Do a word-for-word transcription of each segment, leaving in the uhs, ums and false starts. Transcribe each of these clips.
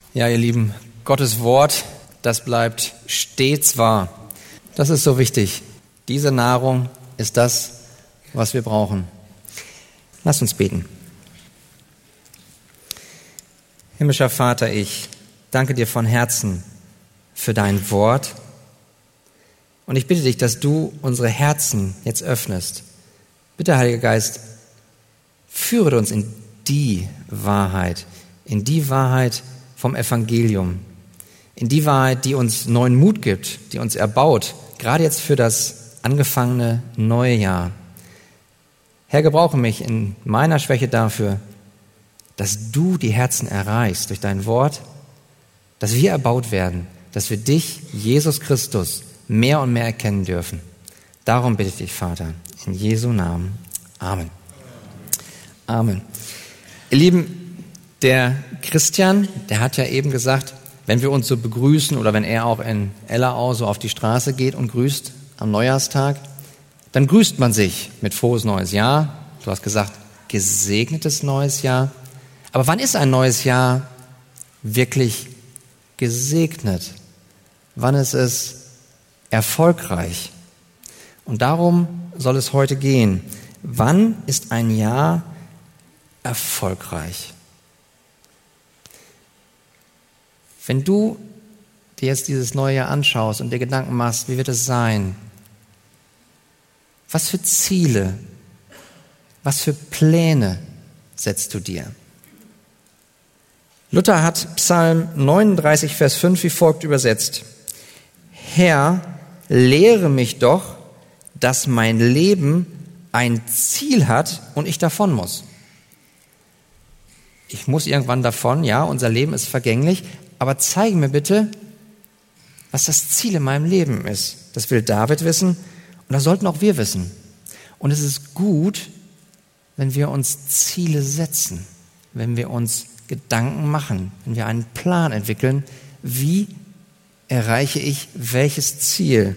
Ja, ihr Lieben, Gottes Wort, das bleibt stets wahr. Das ist so wichtig. Diese Nahrung ist das, was wir brauchen. Lasst uns beten. Himmlischer Vater, ich danke dir von Herzen für dein Wort. Und ich bitte dich, dass du unsere Herzen jetzt öffnest. Bitte, Heiliger Geist, führe uns in die Wahrheit, in die Wahrheit vom Evangelium, in die Wahrheit, die uns neuen Mut gibt, die uns erbaut, gerade jetzt für das angefangene neue Jahr. Herr, gebrauche mich in meiner Schwäche dafür, dass du die Herzen erreichst durch dein Wort, dass wir erbaut werden, dass wir dich, Jesus Christus, mehr und mehr erkennen dürfen. Darum bitte ich dich, Vater, in Jesu Namen. Amen. Amen. Ihr Lieben, der Christian, der hat ja eben gesagt, wenn wir uns so begrüßen oder wenn er auch in Ellerau so auf die Straße geht und grüßt am Neujahrstag, dann grüßt man sich mit frohes neues Jahr. Du hast gesagt, gesegnetes neues Jahr. Aber wann ist ein neues Jahr wirklich gesegnet? Wann ist es erfolgreich? Und darum soll es heute gehen. Wann ist ein Jahr erfolgreich? Wenn du dir jetzt dieses neue Jahr anschaust und dir Gedanken machst, wie wird es sein? Was für Ziele, was für Pläne setzt du dir? Luther hat Psalm neununddreißig, Vers fünf wie folgt übersetzt. Herr, lehre mich doch, dass mein Leben ein Ziel hat und ich davon muss. Ich muss irgendwann davon, ja, unser Leben ist vergänglich, aber zeige mir bitte, was das Ziel in meinem Leben ist. Das will David wissen und das sollten auch wir wissen. Und es ist gut, wenn wir uns Ziele setzen, wenn wir uns Gedanken machen, wenn wir einen Plan entwickeln, wie erreiche ich welches Ziel?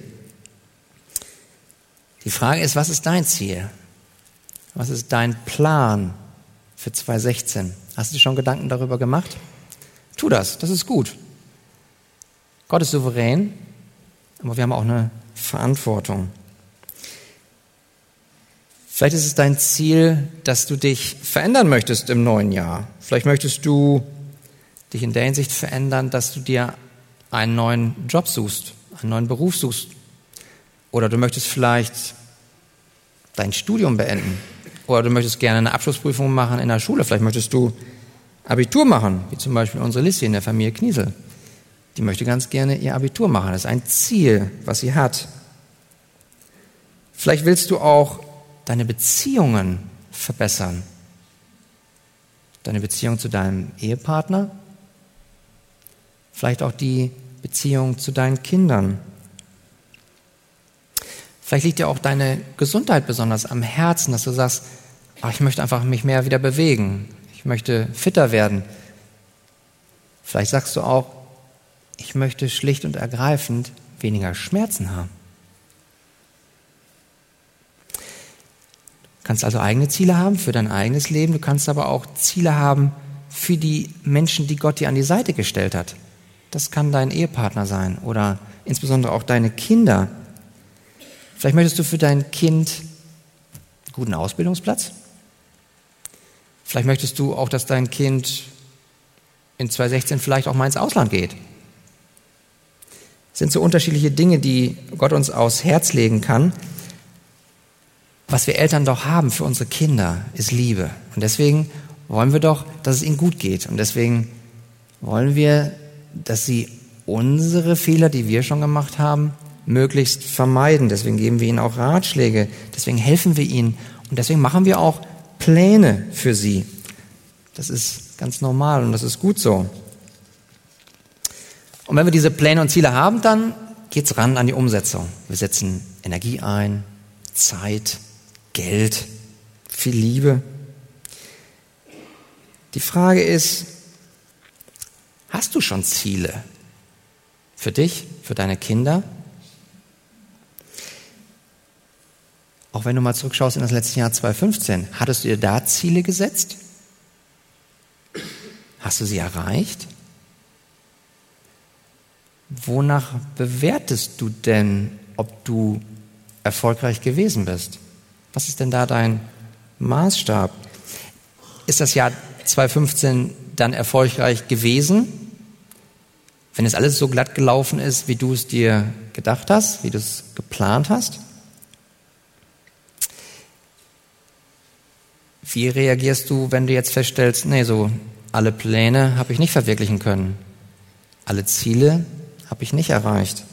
Die Frage ist, was ist dein Ziel? Was ist dein Plan für zwanzig sechzehn? Hast du dir schon Gedanken darüber gemacht? Tu das, das ist gut. Gott ist souverän, aber wir haben auch eine Verantwortung. Vielleicht ist es dein Ziel, dass du dich verändern möchtest im neuen Jahr. Vielleicht möchtest du dich in der Hinsicht verändern, dass du dir einen neuen Job suchst, einen neuen Beruf suchst. Oder du möchtest vielleicht dein Studium beenden. Oder du möchtest gerne eine Abschlussprüfung machen in der Schule. Vielleicht möchtest du Abitur machen, wie zum Beispiel unsere Lissi in der Familie Kniesel. Die möchte ganz gerne ihr Abitur machen. Das ist ein Ziel, was sie hat. Vielleicht willst du auch deine Beziehungen verbessern. Deine Beziehung zu deinem Ehepartner. Vielleicht auch die Beziehung zu deinen Kindern. Vielleicht liegt dir auch deine Gesundheit besonders am Herzen, dass du sagst, ach, ich möchte einfach mich mehr wieder bewegen. Ich möchte fitter werden. Vielleicht sagst du auch, ich möchte schlicht und ergreifend weniger Schmerzen haben. Du kannst also eigene Ziele haben für dein eigenes Leben. Du kannst aber auch Ziele haben für die Menschen, die Gott dir an die Seite gestellt hat. Das kann dein Ehepartner sein oder insbesondere auch deine Kinder. Vielleicht möchtest du für dein Kind einen guten Ausbildungsplatz. Vielleicht möchtest du auch, dass dein Kind in zwanzig sechzehn vielleicht auch mal ins Ausland geht. Das sind so unterschiedliche Dinge, die Gott uns aufs Herz legen kann. Was wir Eltern doch haben für unsere Kinder, ist Liebe. Und deswegen wollen wir doch, dass es ihnen gut geht. Und deswegen wollen wir, dass sie unsere Fehler, die wir schon gemacht haben, möglichst vermeiden. Deswegen geben wir ihnen auch Ratschläge. Deswegen helfen wir ihnen. Und deswegen machen wir auch Pläne für sie. Das ist ganz normal und das ist gut so. Und wenn wir diese Pläne und Ziele haben, dann geht's ran an die Umsetzung. Wir setzen Energie ein, Zeit, Geld, viel Liebe. Die Frage ist, hast du schon Ziele für dich, für deine Kinder? Auch wenn du mal zurückschaust in das letzte Jahr zwanzig fünfzehn, hattest du dir da Ziele gesetzt? Hast du sie erreicht? wonach bewertest du denn, ob du erfolgreich gewesen bist? Was ist denn da dein Maßstab? Ist das Jahr zweitausendfünfzehn dann erfolgreich gewesen, wenn es alles so glatt gelaufen ist, wie du es dir gedacht hast, wie du es geplant hast? Wie reagierst du, wenn du jetzt feststellst, nee, so alle Pläne habe ich nicht verwirklichen können, alle Ziele habe ich nicht erreicht?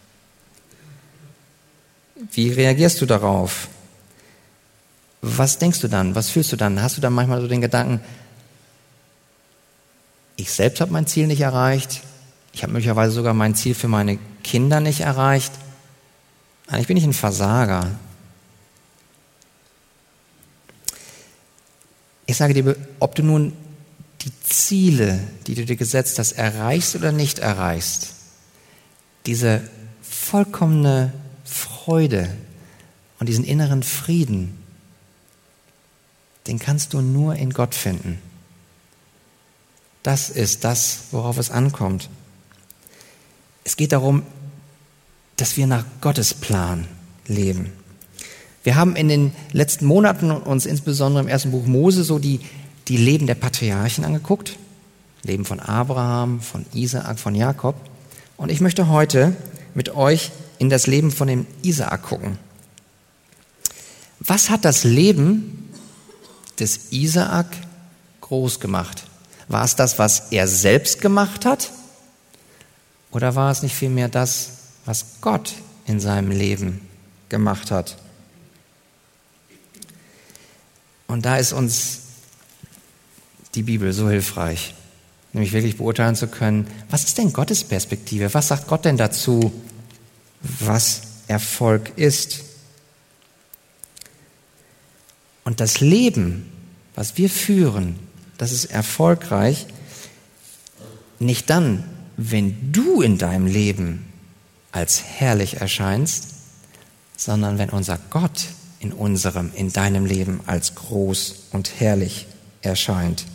Wie reagierst du darauf? Was denkst du dann? Was fühlst du dann? Hast du dann manchmal so den Gedanken, ich selbst habe mein Ziel nicht erreicht, ich habe möglicherweise sogar mein Ziel für meine Kinder nicht erreicht, eigentlich bin ich ein Versager. Ich sage dir, ob du nun die Ziele, die du dir gesetzt hast, erreichst oder nicht erreichst, diese vollkommene Freude und diesen inneren Frieden, den kannst du nur in Gott finden. Das ist das, worauf es ankommt. Es geht darum, dass wir nach Gottes Plan leben. Wir haben in den letzten Monaten uns insbesondere im ersten Buch Mose so die, die Leben der Patriarchen angeguckt. Leben von Abraham, von Isaak, von Jakob. Und ich möchte heute mit euch in das Leben von dem Isaak gucken. Was hat das Leben des Isaak groß gemacht? War es das, was er selbst gemacht hat? Oder war es nicht vielmehr das, was Gott in seinem Leben gemacht hat? Und da ist uns die Bibel so hilfreich, nämlich wirklich beurteilen zu können, was ist denn Gottes Perspektive? Was sagt Gott denn dazu, was Erfolg ist? Und das Leben, was wir führen, das ist erfolgreich, nicht dann, wenn du in deinem Leben als herrlich erscheinst, sondern wenn unser Gott in unserem, in deinem Leben als groß und herrlich erscheint.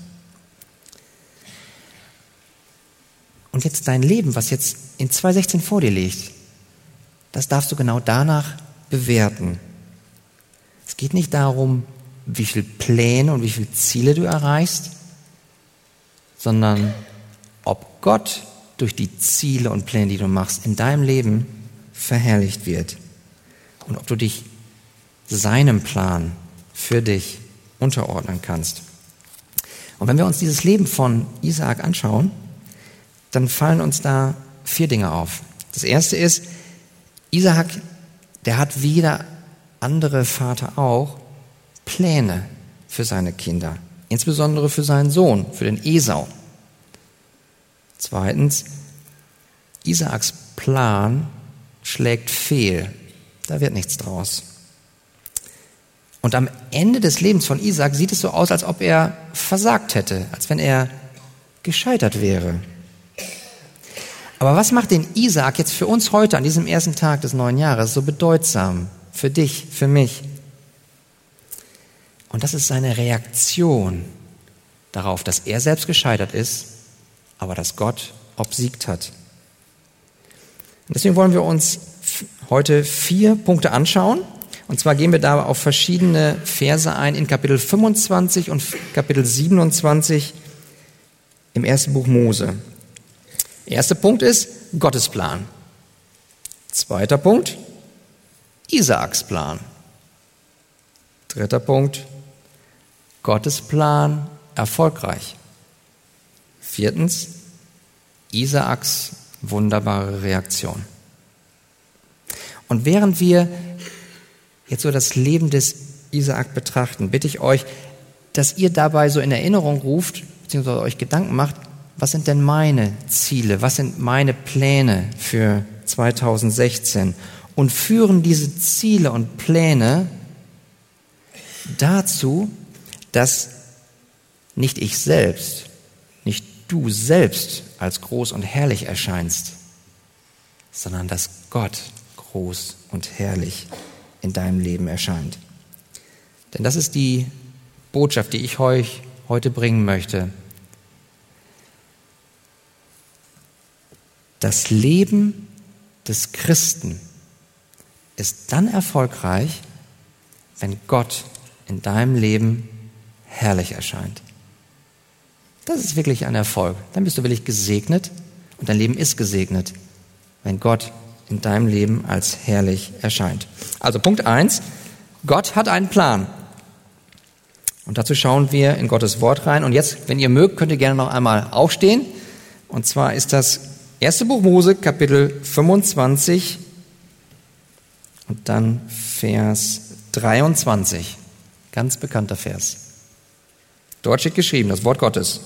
Und jetzt dein Leben, was jetzt in zwei sechzehn vor dir liegt, das darfst du genau danach bewerten. Es geht nicht darum, wie viele Pläne und wie viele Ziele du erreichst, sondern ob Gott durch die Ziele und Pläne, die du machst, in deinem Leben verherrlicht wird. Und ob du dich seinem Plan für dich unterordnen kannst. Und wenn wir uns dieses Leben von Isaak anschauen, dann fallen uns da vier Dinge auf. Das erste ist, Isaak, der hat wie jeder andere Vater auch Pläne für seine Kinder, insbesondere für seinen Sohn, für den Esau. Zweitens, Isaaks Plan schlägt fehl, da wird nichts draus. Und am Ende des Lebens von Isaak sieht es so aus, als ob er versagt hätte, als wenn er gescheitert wäre. Aber was macht den Isaak jetzt für uns heute an diesem ersten Tag des neuen Jahres so bedeutsam? Für dich, für mich? Und das ist seine Reaktion darauf, dass er selbst gescheitert ist, aber dass Gott obsiegt hat. Und deswegen wollen wir uns heute vier Punkte anschauen. Und zwar gehen wir da auf verschiedene Verse ein in Kapitel fünfundzwanzig und Kapitel siebenundzwanzig im ersten Buch Mose. Erster Punkt ist Gottes Plan. Zweiter Punkt, Isaaks Plan. Dritter Punkt, Gottes Plan erfolgreich. Viertens, Isaaks wunderbare Reaktion. Und während wir jetzt so das Leben des Isaak betrachten, bitte ich euch, dass ihr dabei so in Erinnerung ruft, beziehungsweise euch Gedanken macht, was sind denn meine Ziele, was sind meine Pläne für zweitausendsechzehn? Und führen diese Ziele und Pläne dazu, dass nicht ich selbst, nicht du selbst als groß und herrlich erscheinst, sondern dass Gott groß und herrlich in deinem Leben erscheint. Denn das ist die Botschaft, die ich euch heute bringen möchte. Das Leben des Christen ist dann erfolgreich, wenn Gott in deinem Leben herrlich erscheint. Das ist wirklich ein Erfolg. Dann bist du wirklich gesegnet und dein Leben ist gesegnet, wenn Gott in deinem Leben als herrlich erscheint. Also Punkt eins, Gott hat einen Plan. Und dazu schauen wir in Gottes Wort rein. Und jetzt, wenn ihr mögt, könnt ihr gerne noch einmal aufstehen. Und zwar ist das erste Buch Mose, Kapitel fünfundzwanzig und dann Vers dreiundzwanzig. Ganz bekannter Vers. Dort steht geschrieben, das Wort Gottes.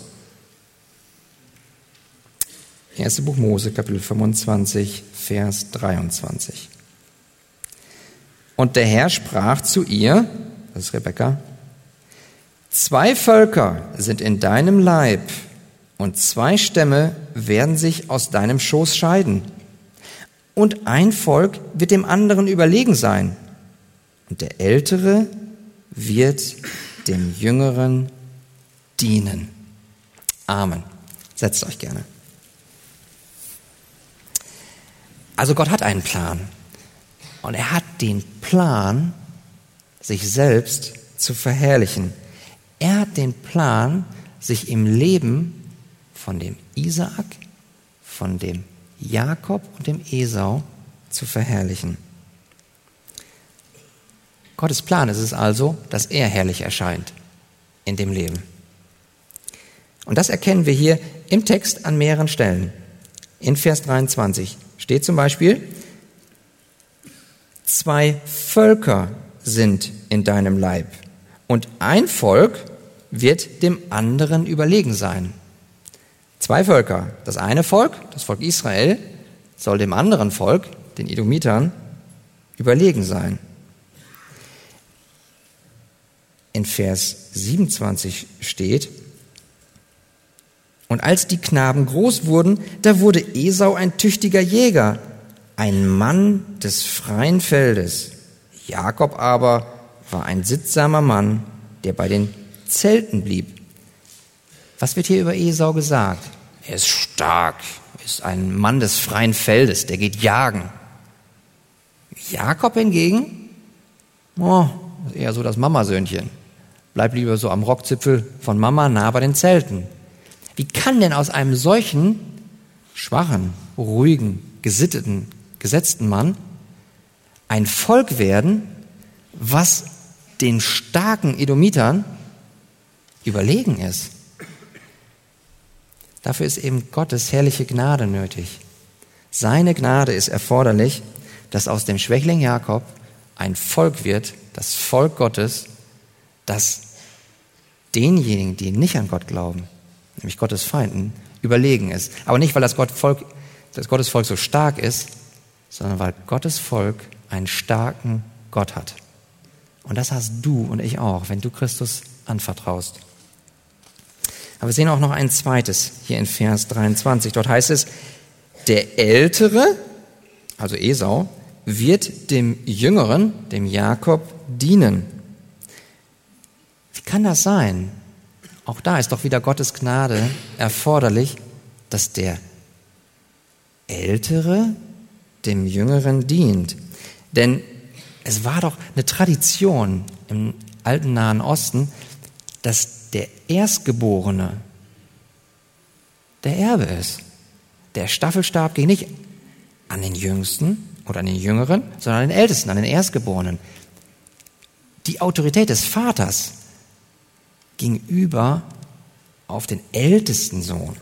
erste Buch Mose, Kapitel fünfundzwanzig, Vers dreiundzwanzig. Und der Herr sprach zu ihr, das ist Rebekka, zwei Völker sind in deinem Leib und zwei Stämme werden sich aus deinem Schoß scheiden. Und ein Volk wird dem anderen überlegen sein. Und der Ältere wird dem Jüngeren dienen. Amen. Setzt euch gerne. Also Gott hat einen Plan. Und er hat den Plan, sich selbst zu verherrlichen. Er hat den Plan, sich im Leben von dem Isaak, von dem Jakob und dem Esau zu verherrlichen. Gottes Plan ist es also, dass er herrlich erscheint in dem Leben. Und das erkennen wir hier im Text an mehreren Stellen. In Vers dreiundzwanzig steht zum Beispiel, zwei Völker sind in deinem Leib und ein Volk wird dem anderen überlegen sein. Zwei Völker. Das eine Volk, das Volk Israel, soll dem anderen Volk, den Edomitern, überlegen sein. In Vers siebenundzwanzig steht, und als die Knaben groß wurden, da wurde Esau ein tüchtiger Jäger, ein Mann des freien Feldes. Jakob aber war ein sittsamer Mann, der bei den Zelten blieb. Was wird hier über Esau gesagt? Er ist stark, ist ein Mann des freien Feldes, der geht jagen. Jakob hingegen, oh, eher so das Mamasöhnchen. Bleibt lieber so am Rockzipfel von Mama nah bei den Zelten. Wie kann denn aus einem solchen schwachen, ruhigen, gesitteten, gesetzten Mann ein Volk werden, was den starken Edomitern überlegen ist? Dafür ist eben Gottes herrliche Gnade nötig. Seine Gnade ist erforderlich, dass aus dem Schwächling Jakob ein Volk wird, das Volk Gottes, das denjenigen, die nicht an Gott glauben, nämlich Gottes Feinden, überlegen ist. Aber nicht, weil das, Gott Volk, das Gottes Volk so stark ist, sondern weil Gottes Volk einen starken Gott hat. Und das hast du und ich auch, wenn du Christus anvertraust. Aber wir sehen auch noch ein zweites hier in Vers dreiundzwanzig. Dort heißt es, der Ältere, also Esau, wird dem Jüngeren, dem Jakob, dienen. Wie kann das sein? Auch da ist doch wieder Gottes Gnade erforderlich, dass der Ältere dem Jüngeren dient. Denn es war doch eine Tradition im alten Nahen Osten, dass der Erstgeborene der Erbe ist. Der Staffelstab ging nicht an den Jüngsten oder an den Jüngeren, sondern an den Ältesten, an den Erstgeborenen. Die Autorität des Vaters ging über auf den ältesten Sohn.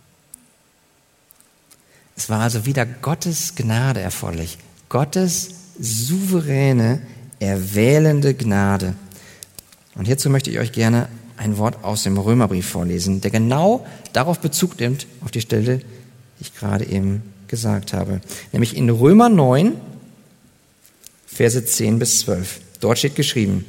Es war also wieder Gottes Gnade erforderlich, Gottes souveräne, erwählende Gnade. Und hierzu möchte ich euch gerne ein Wort aus dem Römerbrief vorlesen, der genau darauf Bezug nimmt, auf die Stelle, die ich gerade eben gesagt habe. Nämlich in Römer neun, Verse zehn bis zwölf. Dort steht geschrieben,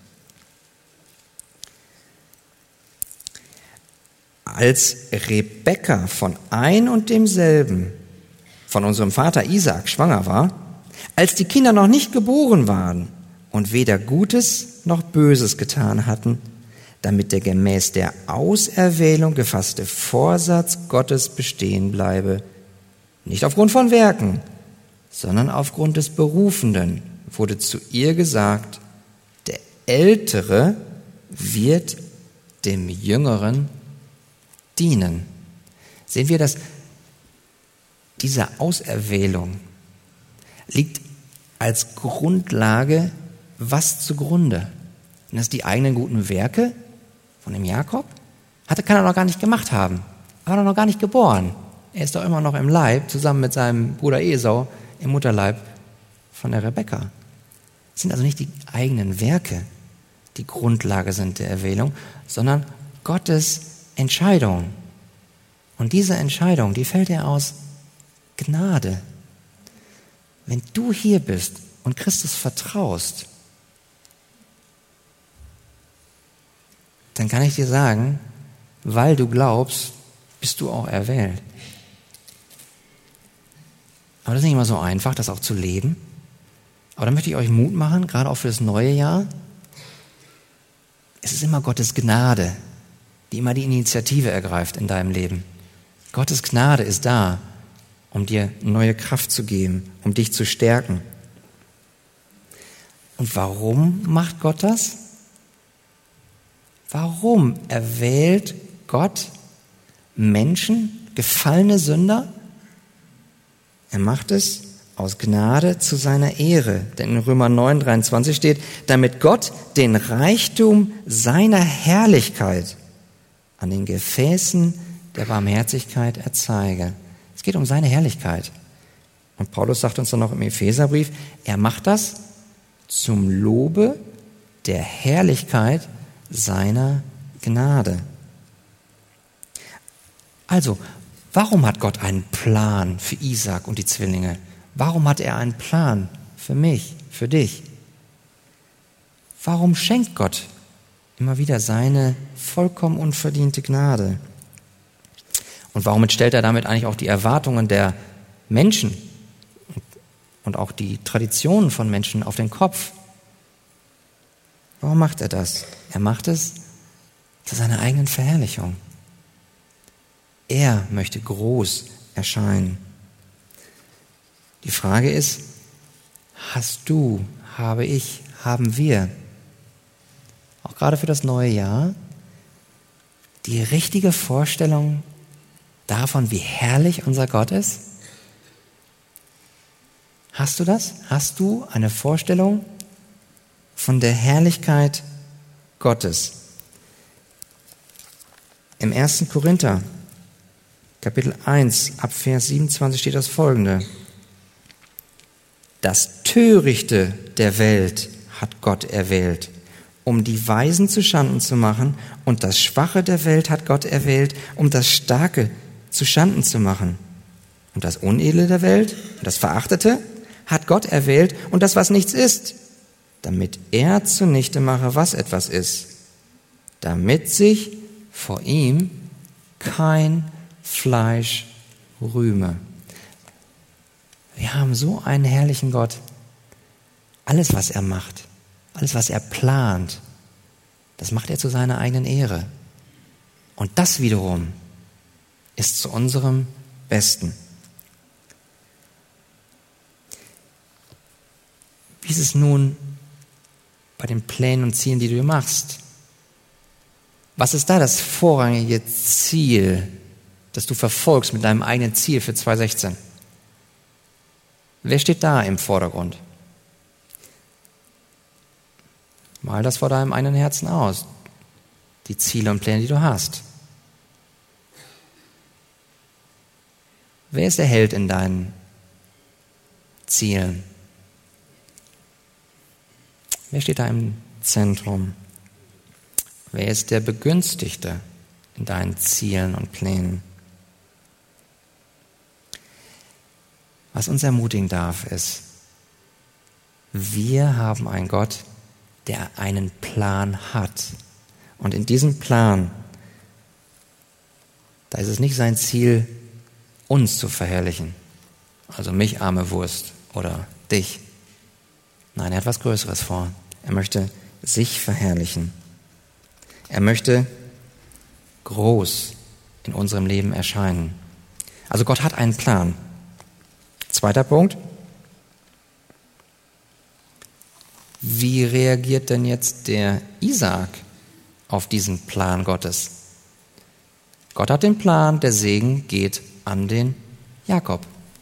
als Rebekka von ein und demselben, von unserem Vater Isaak, schwanger war, als die Kinder noch nicht geboren waren und weder Gutes noch Böses getan hatten, damit der gemäß der Auserwählung gefasste Vorsatz Gottes bestehen bleibe, Nicht aufgrund von Werken, sondern aufgrund des Berufenden wurde zu ihr gesagt, der Ältere wird dem Jüngeren dienen. Sehen wir, dass diese Auserwählung liegt als Grundlage was zugrunde? Und das ist die eigenen guten Werke von dem Jakob? Hatte, kann er noch gar nicht gemacht haben. Er war noch gar nicht geboren. Er ist doch immer noch im Leib, zusammen mit seinem Bruder Esau, im Mutterleib von der Rebekka. Es sind also nicht die eigenen Werke, die Grundlage sind der Erwählung, sondern Gottes Entscheidung. Und diese Entscheidung, die fällt er aus Gnade. Wenn du hier bist und Christus vertraust, dann kann ich dir sagen, weil du glaubst, bist du auch erwählt. Aber das ist nicht immer so einfach, das auch zu leben. Aber da möchte ich euch Mut machen, gerade auch für das neue Jahr. Es ist immer Gottes Gnade, die immer die Initiative ergreift in deinem Leben. Gottes Gnade ist da, um dir neue Kraft zu geben, um dich zu stärken. Und warum macht Gott das? Warum erwählt Gott Menschen, gefallene Sünder? Er macht es aus Gnade zu seiner Ehre. Denn in Römer neun, dreiundzwanzig steht, damit Gott den Reichtum seiner Herrlichkeit an den Gefäßen der Barmherzigkeit erzeige. Es geht um seine Herrlichkeit. Und Paulus sagt uns dann noch im Epheserbrief, er macht das zum Lobe der Herrlichkeit seiner Gnade. Also, warum hat Gott einen Plan für Isaak und die Zwillinge? Warum hat er einen Plan für mich, für dich? Warum schenkt Gott immer wieder seine vollkommen unverdiente Gnade? Und warum stellt er damit eigentlich auch die Erwartungen der Menschen und auch die Traditionen von Menschen auf den Kopf? Warum macht er das? Er macht es zu seiner eigenen Verherrlichung. Er möchte groß erscheinen. Die Frage ist, hast du, habe ich, haben wir, auch gerade für das neue Jahr, die richtige Vorstellung davon, wie herrlich unser Gott ist? Hast du das? Hast du eine Vorstellung von der Herrlichkeit Gottes? Im ersten Korinther, Kapitel eins, ab Vers siebenundzwanzig steht das Folgende. Das Törichte der Welt hat Gott erwählt, um die Weisen zu Schanden zu machen, und das Schwache der Welt hat Gott erwählt, um das Starke zu Schanden zu machen. Und das Unedle der Welt, das Verachtete, hat Gott erwählt, und das, was nichts ist, damit er zunichte mache, was etwas ist, damit sich vor ihm kein Fleisch rühme. Wir haben so einen herrlichen Gott. Alles, was er macht, alles, was er plant, das macht er zu seiner eigenen Ehre. Und das wiederum ist zu unserem Besten. Wie ist es nun bei den Plänen und Zielen, die du machst? Was ist da das vorrangige Ziel, das du verfolgst mit deinem eigenen Ziel für zwanzig sechzehn? Wer steht da im Vordergrund? Mal das vor deinem eigenen Herzen aus. Die Ziele und Pläne, die du hast. Wer ist der Held in deinen Zielen? Wer steht da im Zentrum? Wer ist der Begünstigte in deinen Zielen und Plänen? Was uns ermutigen darf, ist, wir haben einen Gott, der einen Plan hat. Und in diesem Plan, da ist es nicht sein Ziel, uns zu verherrlichen. Also mich, arme Wurst, oder dich. Nein, er hat was Größeres vor. Er möchte sich verherrlichen. Er möchte groß in unserem Leben erscheinen. Also Gott hat einen Plan. Zweiter Punkt. Wie reagiert denn jetzt der Isaak auf diesen Plan Gottes? Gott hat den Plan, der Segen geht an den Jakob.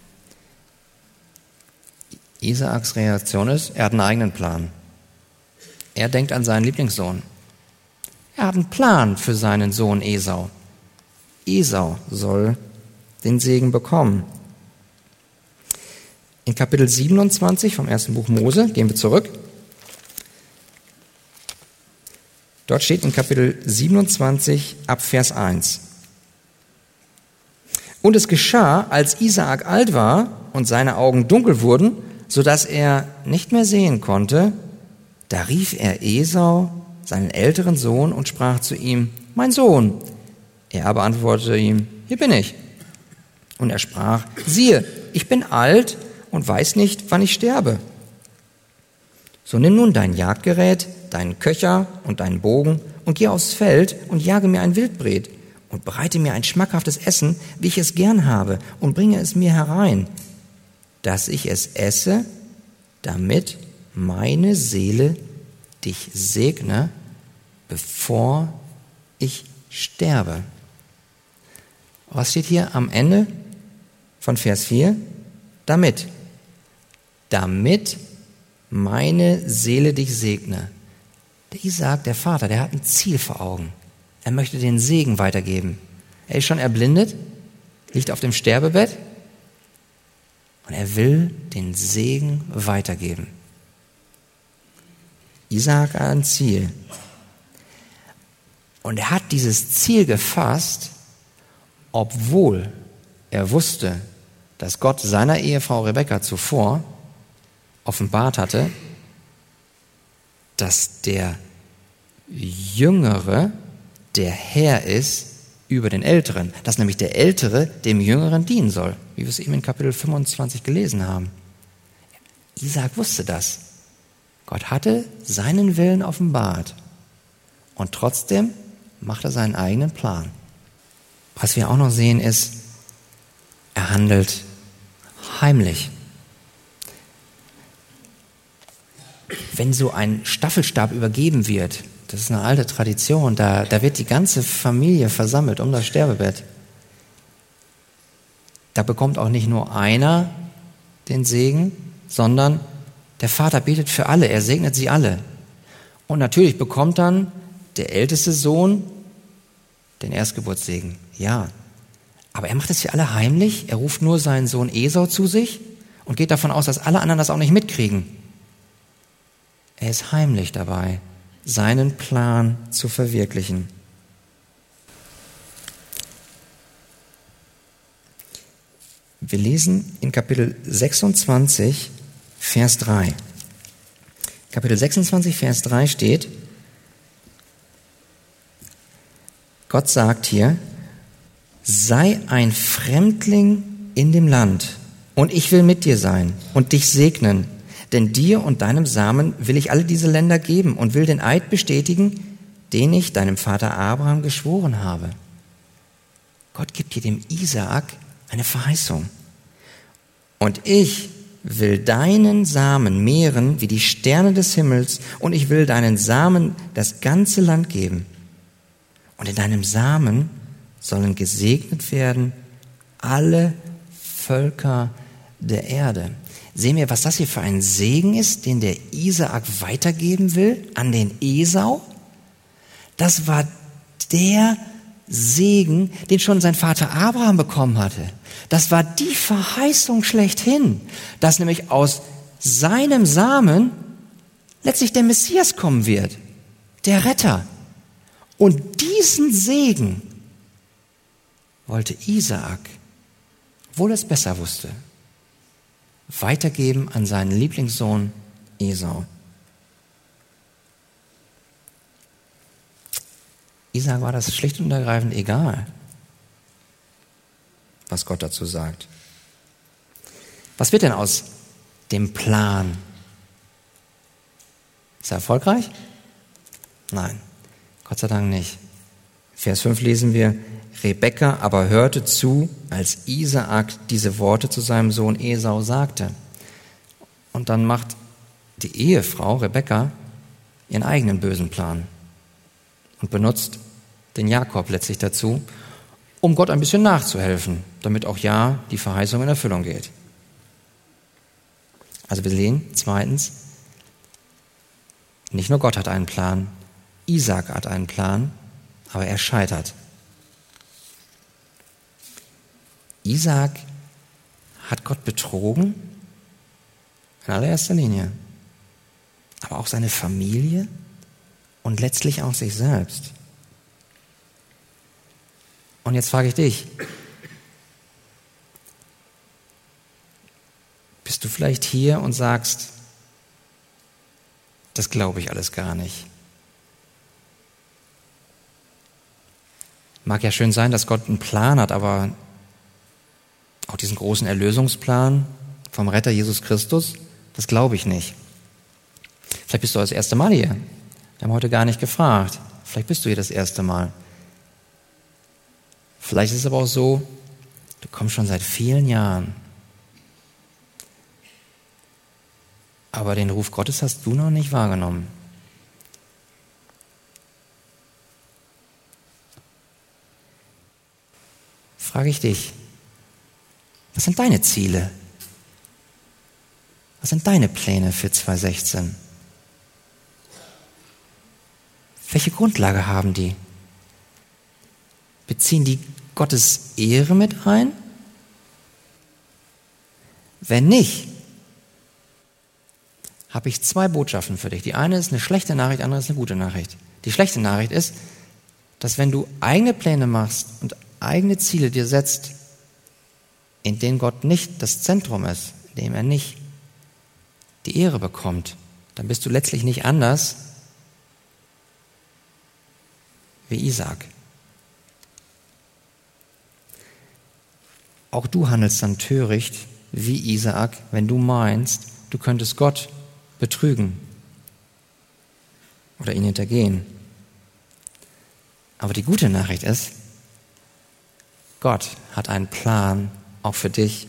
Isaaks Reaktion ist, er hat einen eigenen Plan. Er denkt an seinen Lieblingssohn. Er hat einen Plan für seinen Sohn Esau. Esau soll den Segen bekommen. In Kapitel siebenundzwanzig vom ersten Buch Mose, gehen wir zurück. Dort steht in Kapitel siebenundzwanzig ab Vers eins. Und es geschah, als Isaak alt war und seine Augen dunkel wurden, so dass er nicht mehr sehen konnte, da rief er Esau, seinen älteren Sohn, und sprach zu ihm: Mein Sohn. Er aber antwortete ihm: Hier bin ich. Und er sprach: Siehe, ich bin alt und weiß nicht, wann ich sterbe. So nimm nun dein Jagdgerät, deinen Köcher und deinen Bogen und geh aufs Feld und jage mir ein Wildbret und bereite mir ein schmackhaftes Essen, wie ich es gern habe, und bringe es mir herein, dass ich es esse, damit meine Seele dich segne, bevor ich sterbe. Was steht hier am Ende von Vers vier? Damit. Damit meine Seele dich segne. Der Isaak, der Vater, der hat ein Ziel vor Augen. Er möchte den Segen weitergeben. Er ist schon erblindet, liegt auf dem Sterbebett und er will den Segen weitergeben. Isaak hat ein Ziel. Und er hat dieses Ziel gefasst, obwohl er wusste, dass Gott seiner Ehefrau Rebekka zuvor offenbart hatte, dass der Jüngere der Herr ist über den Älteren, dass nämlich der Ältere dem Jüngeren dienen soll, wie wir es eben in Kapitel fünfundzwanzig gelesen haben. Isaak wusste das. Gott hatte seinen Willen offenbart und trotzdem macht er seinen eigenen Plan. Was wir auch noch sehen ist, er handelt heimlich. Wenn so ein Staffelstab übergeben wird, das ist eine alte Tradition, da, da wird die ganze Familie versammelt um das Sterbebett. Da bekommt auch nicht nur einer den Segen, sondern der Vater betet für alle, er segnet sie alle. Und natürlich bekommt dann der älteste Sohn den Erstgeburtssegen, ja. Aber er macht es für alle heimlich, er ruft nur seinen Sohn Esau zu sich und geht davon aus, dass alle anderen das auch nicht mitkriegen. Er ist heimlich dabei, seinen Plan zu verwirklichen. Wir lesen in Kapitel sechsundzwanzig, Vers drei. Kapitel sechsundzwanzig, Vers drei steht: Gott sagt hier: Sei ein Fremdling in dem Land, und ich will mit dir sein und dich segnen. Denn dir und deinem Samen will ich alle diese Länder geben und will den Eid bestätigen, den ich deinem Vater Abraham geschworen habe. Gott gibt hier dem Isaak eine Verheißung. Und ich will deinen Samen mehren wie die Sterne des Himmels, und ich will deinen Samen das ganze Land geben. Und in deinem Samen sollen gesegnet werden alle Völker der Erde. Sehen wir, was das hier für ein Segen ist, den der Isaak weitergeben will an den Esau? Das war der Segen, den schon sein Vater Abraham bekommen hatte. Das war die Verheißung schlechthin, dass nämlich aus seinem Samen letztlich der Messias kommen wird, der Retter. Und diesen Segen wollte Isaak, obwohl er es besser wusste, weitergeben an seinen Lieblingssohn Esau. Isaak war das schlicht und ergreifend egal, was Gott dazu sagt. Was wird denn aus dem Plan? Ist er erfolgreich? Nein, Gott sei Dank nicht. Vers fünf lesen wir: Rebekka aber hörte zu, als Isaak diese Worte zu seinem Sohn Esau sagte. Und dann macht die Ehefrau Rebekka ihren eigenen bösen Plan und benutzt den Jakob letztlich dazu, um Gott ein bisschen nachzuhelfen, damit auch ja die Verheißung in Erfüllung geht. Also wir sehen zweitens, nicht nur Gott hat einen Plan, Isaak hat einen Plan, aber er scheitert. Isaak hat Gott betrogen, in allererster Linie, aber auch seine Familie und letztlich auch sich selbst. Und jetzt frage ich dich, bist du vielleicht hier und sagst, das glaube ich alles gar nicht. Mag ja schön sein, dass Gott einen Plan hat, aber auch diesen großen Erlösungsplan vom Retter Jesus Christus, das glaube ich nicht. Vielleicht bist du das erste Mal hier. Wir haben heute gar nicht gefragt. Vielleicht bist du hier das erste Mal. Vielleicht ist es aber auch so, du kommst schon seit vielen Jahren. Aber den Ruf Gottes hast du noch nicht wahrgenommen. Frage ich dich, was sind deine Ziele? Was sind deine Pläne für zwanzig sechzehn? Welche Grundlage haben die? Beziehen die Gottes Ehre mit ein? Wenn nicht, habe ich zwei Botschaften für dich. Die eine ist eine schlechte Nachricht, die andere ist eine gute Nachricht. Die schlechte Nachricht ist, dass wenn du eigene Pläne machst und eigene Ziele dir setzt, in denen Gott nicht das Zentrum ist, in dem er nicht die Ehre bekommt, dann bist du letztlich nicht anders wie Isaak. Auch du handelst dann töricht wie Isaak, wenn du meinst, du könntest Gott betrügen oder ihn hintergehen. Aber die gute Nachricht ist, Gott hat einen Plan auch für dich.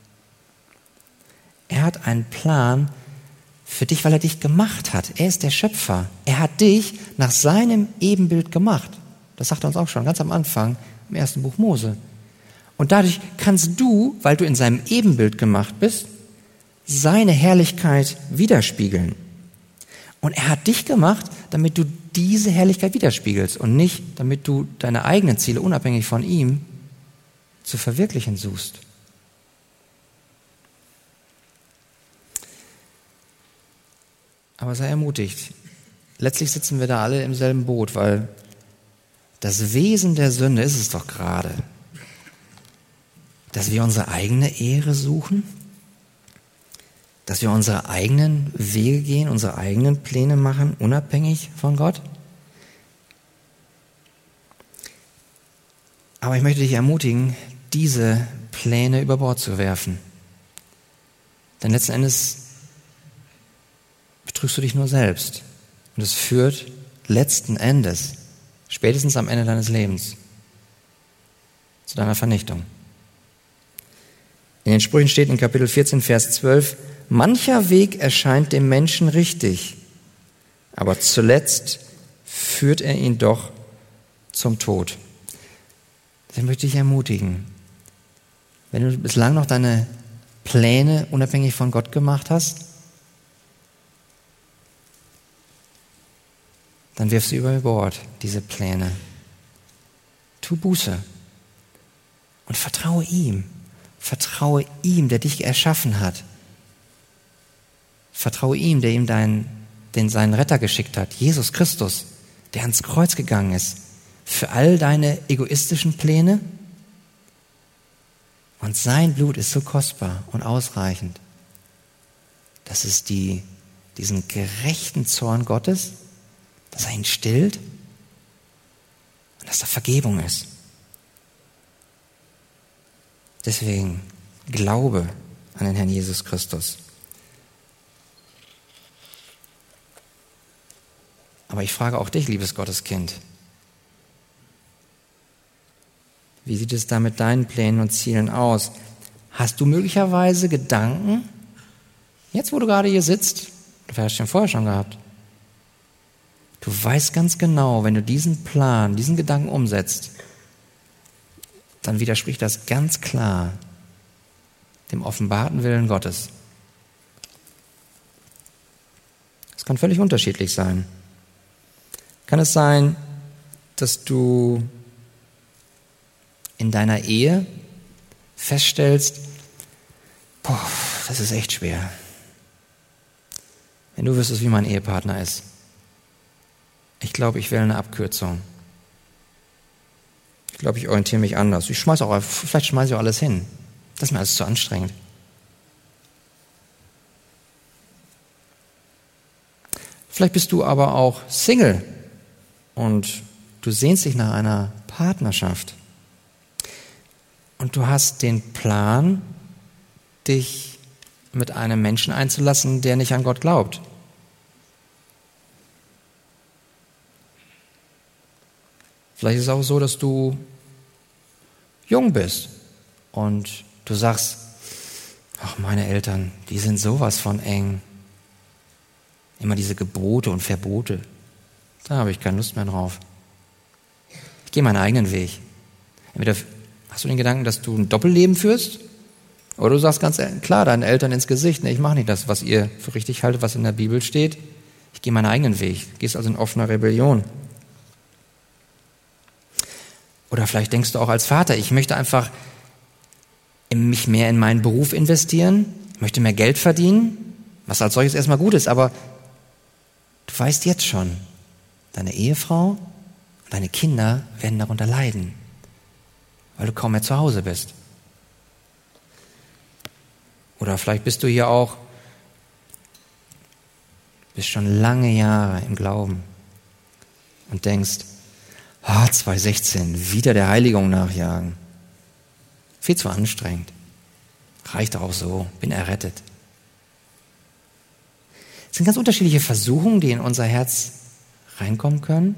Er hat einen Plan für dich, weil er dich gemacht hat. Er ist der Schöpfer. Er hat dich nach seinem Ebenbild gemacht. Das sagt er uns auch schon ganz am Anfang im ersten Buch Mose. Und dadurch kannst du, weil du in seinem Ebenbild gemacht bist, seine Herrlichkeit widerspiegeln. Und er hat dich gemacht, damit du diese Herrlichkeit widerspiegelst und nicht, damit du deine eigenen Ziele unabhängig von ihm zu verwirklichen suchst. Aber sei ermutigt. Letztlich sitzen wir da alle im selben Boot, weil das Wesen der Sünde ist es doch gerade, dass wir unsere eigene Ehre suchen, dass wir unsere eigenen Wege gehen, unsere eigenen Pläne machen, unabhängig von Gott. Aber ich möchte dich ermutigen, diese Pläne über Bord zu werfen. Denn letzten Endes betrügst du dich nur selbst. Und es führt letzten Endes, spätestens am Ende deines Lebens, zu deiner Vernichtung. In den Sprüchen steht in Kapitel vierzehn, Vers zwölf, mancher Weg erscheint dem Menschen richtig, aber zuletzt führt er ihn doch zum Tod. Deswegen möchte ich dich ermutigen, wenn du bislang noch deine Pläne unabhängig von Gott gemacht hast, dann wirf sie über Bord, diese Pläne. Tu Buße und vertraue ihm. Vertraue ihm, der dich erschaffen hat. Vertraue ihm, der ihm deinen, den seinen Retter geschickt hat, Jesus Christus, der ans Kreuz gegangen ist, für all deine egoistischen Pläne. Und sein Blut ist so kostbar und ausreichend, dass es die, diesen gerechten Zorn Gottes, dass er ihn stillt und dass da Vergebung ist. Deswegen glaube an den Herrn Jesus Christus. Aber ich frage auch dich, liebes Gotteskind, Wie sieht es da mit deinen Plänen und Zielen aus? Hast du möglicherweise Gedanken, jetzt wo du gerade hier sitzt, du hast schon vorher schon gehabt, du weißt ganz genau, wenn du diesen Plan, diesen Gedanken umsetzt, dann widerspricht das ganz klar dem offenbarten Willen Gottes. Es kann völlig unterschiedlich sein. Kann es sein, dass du in deiner Ehe feststellst, boah, das ist echt schwer. Wenn du wüsstest, wie mein Ehepartner ist. Ich glaube, ich wähle eine Abkürzung. Ich glaube, ich orientiere mich anders. Ich schmeiß auch, vielleicht schmeiße ich auch alles hin. Das ist mir alles zu anstrengend. Vielleicht bist du aber auch Single und du sehnst dich nach einer Partnerschaft. Und du hast den Plan, dich mit einem Menschen einzulassen, der nicht an Gott glaubt. Vielleicht ist es auch so, dass du jung bist und du sagst, ach, meine Eltern, die sind sowas von eng. Immer diese Gebote und Verbote. Da habe ich keine Lust mehr drauf. Ich gehe meinen eigenen Weg. Entweder hast du den Gedanken, dass du ein Doppelleben führst, oder du sagst ganz klar deinen Eltern ins Gesicht, nee, ich mache nicht das, was ihr für richtig haltet, was in der Bibel steht. Ich gehe meinen eigenen Weg. Du gehst also in offener Rebellion. Oder vielleicht denkst du auch als Vater, ich möchte einfach mich mehr in meinen Beruf investieren, möchte mehr Geld verdienen, was als solches erstmal gut ist, aber du weißt jetzt schon, deine Ehefrau und deine Kinder werden darunter leiden, weil du kaum mehr zu Hause bist. Oder vielleicht bist du hier auch, bist schon lange Jahre im Glauben und denkst, ah, zwanzig sechzehn, wieder der Heiligung nachjagen. Viel zu anstrengend. Reicht doch auch so, bin errettet. Es sind ganz unterschiedliche Versuchungen, die in unser Herz reinkommen können.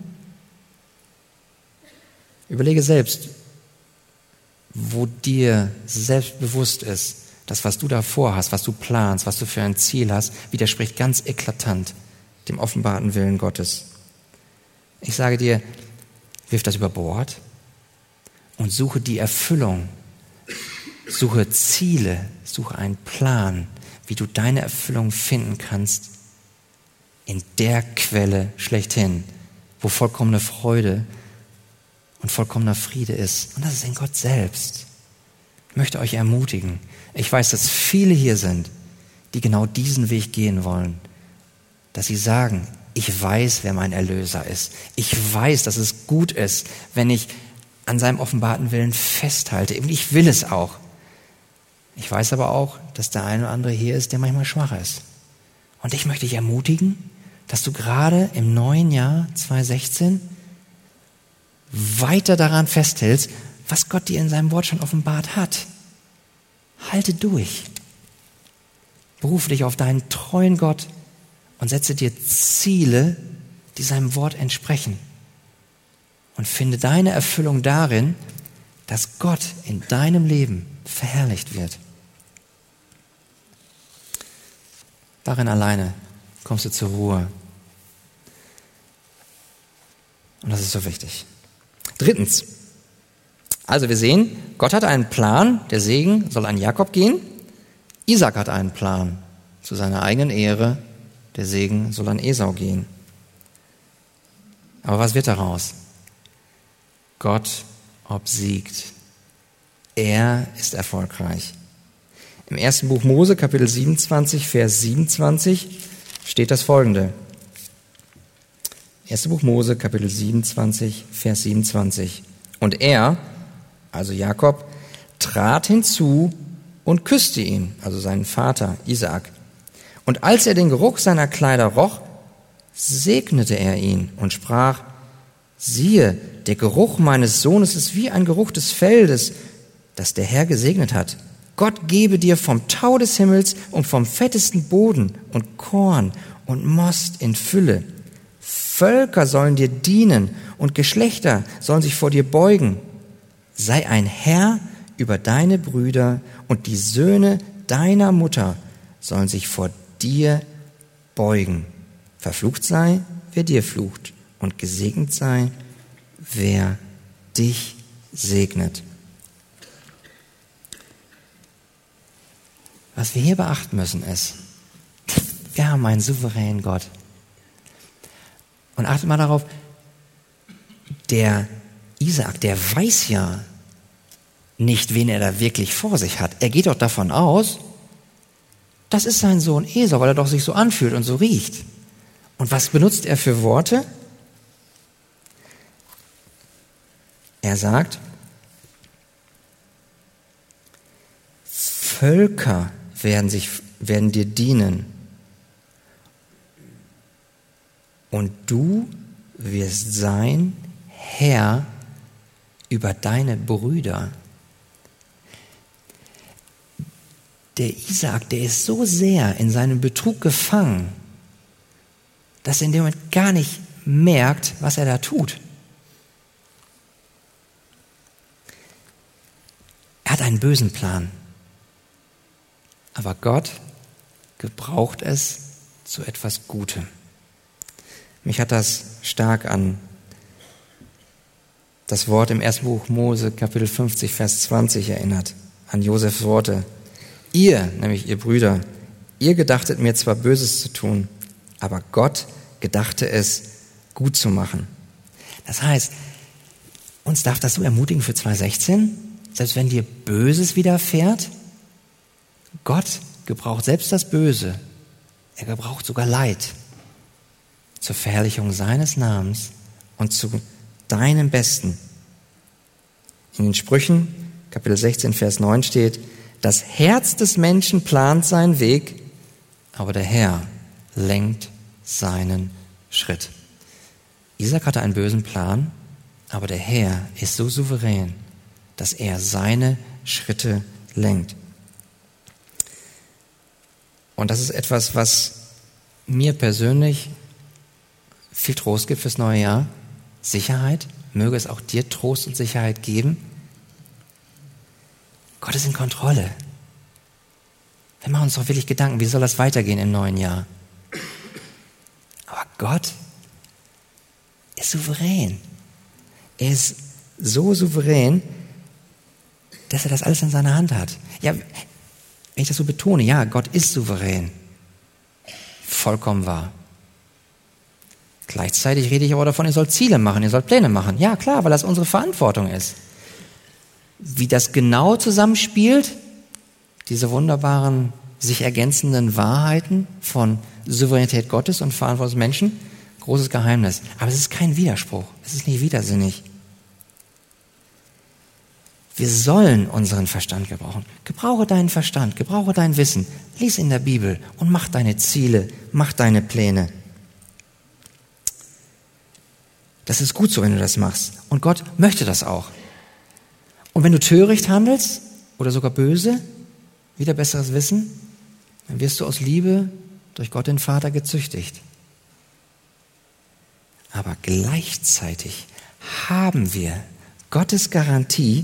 Überlege selbst, wo dir selbst bewusst ist, das, was du da vorhast, was du planst, was du für ein Ziel hast, widerspricht ganz eklatant dem offenbarten Willen Gottes. Ich sage dir, wirf das über Bord und suche die Erfüllung. Suche Ziele, suche einen Plan, wie du deine Erfüllung finden kannst in der Quelle schlechthin, wo vollkommene Freude und vollkommener Friede ist. Und das ist in Gott selbst. Ich möchte euch ermutigen. Ich weiß, dass viele hier sind, die genau diesen Weg gehen wollen, dass sie sagen, ich weiß, wer mein Erlöser ist. Ich weiß, dass es gut ist, wenn ich an seinem offenbarten Willen festhalte. Ich will es auch. Ich weiß aber auch, dass der eine oder andere hier ist, der manchmal schwacher ist. Und ich möchte dich ermutigen, dass du gerade im neuen Jahr zwanzig sechzehn weiter daran festhältst, was Gott dir in seinem Wort schon offenbart hat. Halte durch. Berufe dich auf deinen treuen Gott und setze dir Ziele, die seinem Wort entsprechen. Und finde deine Erfüllung darin, dass Gott in deinem Leben verherrlicht wird. Darin alleine kommst du zur Ruhe. Und das ist so wichtig. Drittens. Also wir sehen, Gott hat einen Plan, der Segen soll an Jakob gehen. Isaac hat einen Plan zu seiner eigenen Ehre, der Segen soll an Esau gehen. Aber was wird daraus? Gott obsiegt. Er ist erfolgreich. Im ersten Buch Mose, Kapitel siebenundzwanzig, Vers siebenundzwanzig, steht das Folgende. Erste Buch Mose, Kapitel siebenundzwanzig, Vers siebenundzwanzig. Und er, also Jakob, trat hinzu und küsste ihn, also seinen Vater Isaak. Und als er den Geruch seiner Kleider roch, segnete er ihn und sprach, siehe, der Geruch meines Sohnes ist wie ein Geruch des Feldes, das der Herr gesegnet hat. Gott gebe dir vom Tau des Himmels und vom fettesten Boden und Korn und Most in Fülle. Völker sollen dir dienen und Geschlechter sollen sich vor dir beugen. sei ein Herr über deine Brüder und die Söhne deiner Mutter sollen sich vor dir beugen. Verflucht sei, wer dir flucht, und gesegnet sei, wer dich segnet. Was wir hier beachten müssen ist, wir haben einen souveränen Gott. Und achtet mal darauf, der Isaak, der weiß ja nicht, wen er da wirklich vor sich hat. Er geht doch davon aus, das ist sein Sohn Esau, weil er doch sich so anfühlt und so riecht. Und was benutzt er für Worte? Er sagt, Völker werden, sich, werden dir dienen und du wirst sein Herr über deine Brüder. Der Isaak, der ist so sehr in seinem Betrug gefangen, dass er in dem Moment gar nicht merkt, was er da tut. Er hat einen bösen Plan. Aber Gott gebraucht es zu etwas Gutem. Mich hat das stark an das Wort im ersten Buch Mose, Kapitel fünfzig, Vers zwanzig erinnert, an Josefs Worte. Ihr, nämlich ihr Brüder, ihr gedachtet mir zwar Böses zu tun, aber Gott gedachte es, gut zu machen. Das heißt, uns darf das so ermutigen für zwanzig sechzehn, selbst wenn dir Böses widerfährt, Gott gebraucht selbst das Böse, er gebraucht sogar Leid zur Verherrlichung seines Namens und zu deinem Besten. In den Sprüchen, Kapitel sechzehn, Vers neun steht, das Herz des Menschen plant seinen Weg, aber der Herr lenkt seinen Schritt. Isaak hatte einen bösen Plan, aber der Herr ist so souverän, dass er seine Schritte lenkt. Und das ist etwas, was mir persönlich viel Trost gibt fürs neue Jahr. Sicherheit, möge es auch dir Trost und Sicherheit geben. Gott ist in Kontrolle. Wir machen uns doch wirklich Gedanken, wie soll das weitergehen im neuen Jahr? Aber Gott ist souverän. Er ist so souverän, dass er das alles in seiner Hand hat. Ja, wenn ich das so betone, ja, Gott ist souverän. Vollkommen wahr. Gleichzeitig rede ich aber davon, ihr sollt Ziele machen, ihr sollt Pläne machen. Ja, klar, weil das unsere Verantwortung ist. Wie das genau zusammenspielt, diese wunderbaren, sich ergänzenden Wahrheiten von Souveränität Gottes und Verantwortung des Menschen, großes Geheimnis. Aber es ist kein Widerspruch, es ist nicht widersinnig. Wir sollen unseren Verstand gebrauchen. Gebrauche deinen Verstand, gebrauche dein Wissen, lies in der Bibel und mach deine Ziele, mach deine Pläne. Das ist gut so, wenn du das machst. Und Gott möchte das auch. Und wenn du töricht handelst oder sogar böse, wieder besseres Wissen, dann wirst du aus Liebe durch Gott den Vater gezüchtigt. Aber gleichzeitig haben wir Gottes Garantie,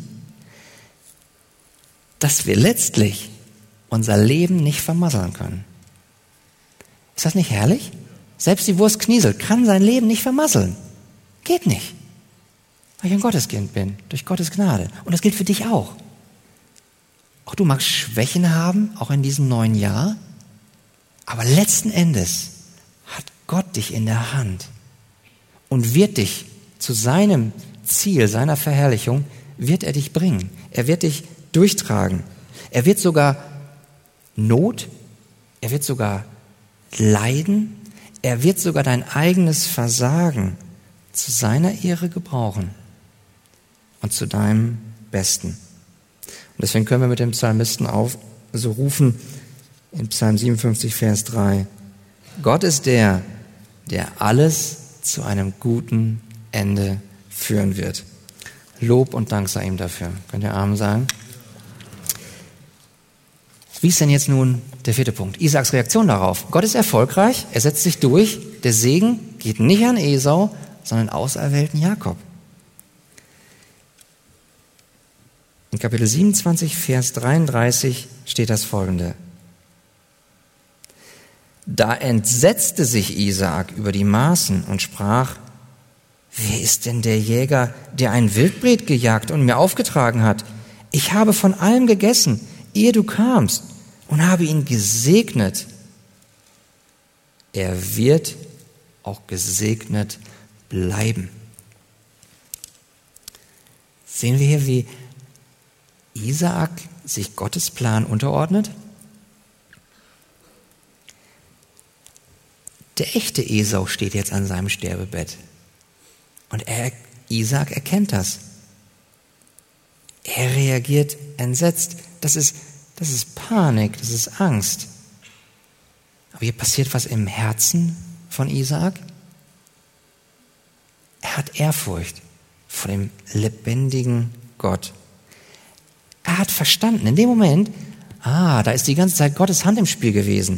dass wir letztlich unser Leben nicht vermasseln können. Ist das nicht herrlich? Selbst die Wurst Kniesel kann sein Leben nicht vermasseln. Geht nicht. Weil ich ein Gotteskind bin, durch Gottes Gnade. Und das gilt für dich auch. Auch du magst Schwächen haben, auch in diesem neuen Jahr. Aber letzten Endes hat Gott dich in der Hand und wird dich zu seinem Ziel, seiner Verherrlichung, wird er dich bringen. Er wird dich durchtragen. Er wird sogar Not, er wird sogar Leiden, er wird sogar dein eigenes Versagen zu seiner Ehre gebrauchen und zu deinem Besten. Und deswegen können wir mit dem Psalmisten auf so rufen in Psalm siebenundfünfzig, Vers drei. Gott ist der, der alles zu einem guten Ende führen wird. Lob und Dank sei ihm dafür. Könnt ihr Amen sagen? Wie ist denn jetzt nun der vierte Punkt? Isaaks Reaktion darauf. Gott ist erfolgreich, er setzt sich durch. Der Segen geht nicht an Esau, sondern auserwählten Jakob. In Kapitel siebenundzwanzig, Vers dreiunddreißig steht das Folgende. Da entsetzte sich Isaak über die Maßen und sprach, wer ist denn der Jäger, der ein Wildbret gejagt und mir aufgetragen hat? Ich habe von allem gegessen, ehe du kamst, und habe ihn gesegnet. Er wird auch gesegnet bleiben. Sehen wir hier, wie Isaak sich Gottes Plan unterordnet? Der echte Esau steht jetzt an seinem Sterbebett. Und er, Isaak erkennt das. Er reagiert entsetzt. Das ist, das ist Panik, das ist Angst. Aber hier passiert was im Herzen von Isaak. Er hat Ehrfurcht vor dem lebendigen Gott. Er hat verstanden, in dem Moment, ah, da ist die ganze Zeit Gottes Hand im Spiel gewesen.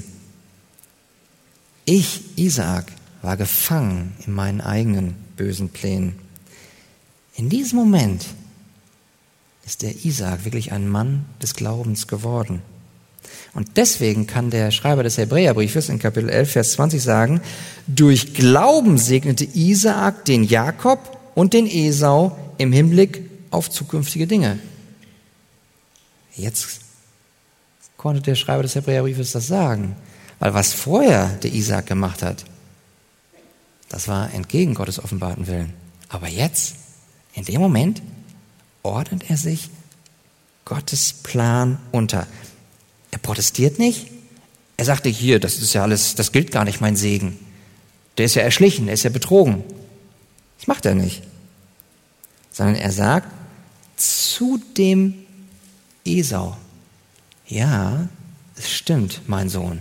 Ich, Isaak, war gefangen in meinen eigenen bösen Plänen. In diesem Moment ist der Isaak wirklich ein Mann des Glaubens geworden. Und deswegen kann der Schreiber des Hebräerbriefes in Kapitel elf, Vers zwanzig sagen, durch Glauben segnete Isaak den Jakob und den Esau im Hinblick auf zukünftige Dinge. Jetzt konnte der Schreiber des Hebräerbriefes das sagen. Weil was vorher der Isaak gemacht hat, das war entgegen Gottes offenbarten Willen. Aber jetzt, in dem Moment, ordnet er sich Gottes Plan unter. Er protestiert nicht. Er sagte, hier, das ist ja alles, das gilt gar nicht, mein Segen. Der ist ja erschlichen, der ist ja betrogen. Das macht er nicht. Sondern er sagt zu dem Esau, ja, es stimmt, mein Sohn.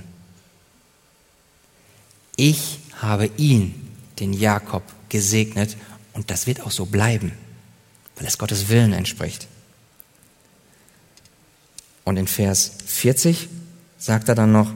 Ich habe ihn, den Jakob, gesegnet und das wird auch so bleiben, weil es Gottes Willen entspricht. Und in Vers vierzig sagt er dann noch,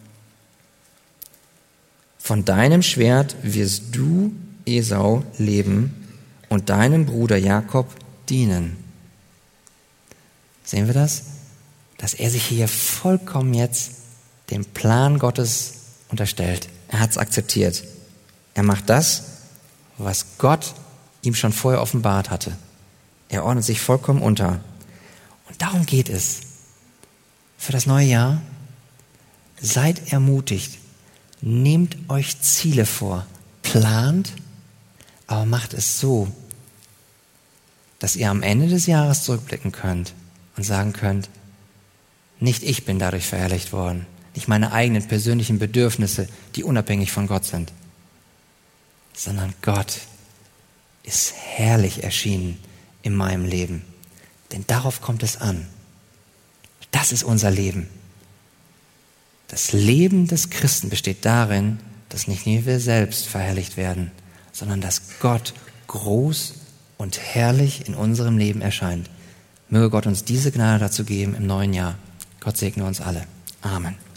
von deinem Schwert wirst du, Esau, leben und deinem Bruder Jakob dienen. Sehen wir das? Dass er sich hier vollkommen jetzt dem Plan Gottes unterstellt. Er hat es akzeptiert. Er macht das, was Gott ihm schon vorher offenbart hatte. Er ordnet sich vollkommen unter. Und darum geht es. Für das neue Jahr, seid ermutigt. Nehmt euch Ziele vor. Plant, aber macht es so, dass ihr am Ende des Jahres zurückblicken könnt und sagen könnt, nicht ich bin dadurch verherrlicht worden. Nicht meine eigenen persönlichen Bedürfnisse, die unabhängig von Gott sind, sondern Gott ist herrlich erschienen in meinem Leben. Denn darauf kommt es an. Das ist unser Leben. Das Leben des Christen besteht darin, dass nicht nur wir selbst verherrlicht werden, sondern dass Gott groß und herrlich in unserem Leben erscheint. Möge Gott uns diese Gnade dazu geben im neuen Jahr. Gott segne uns alle. Amen.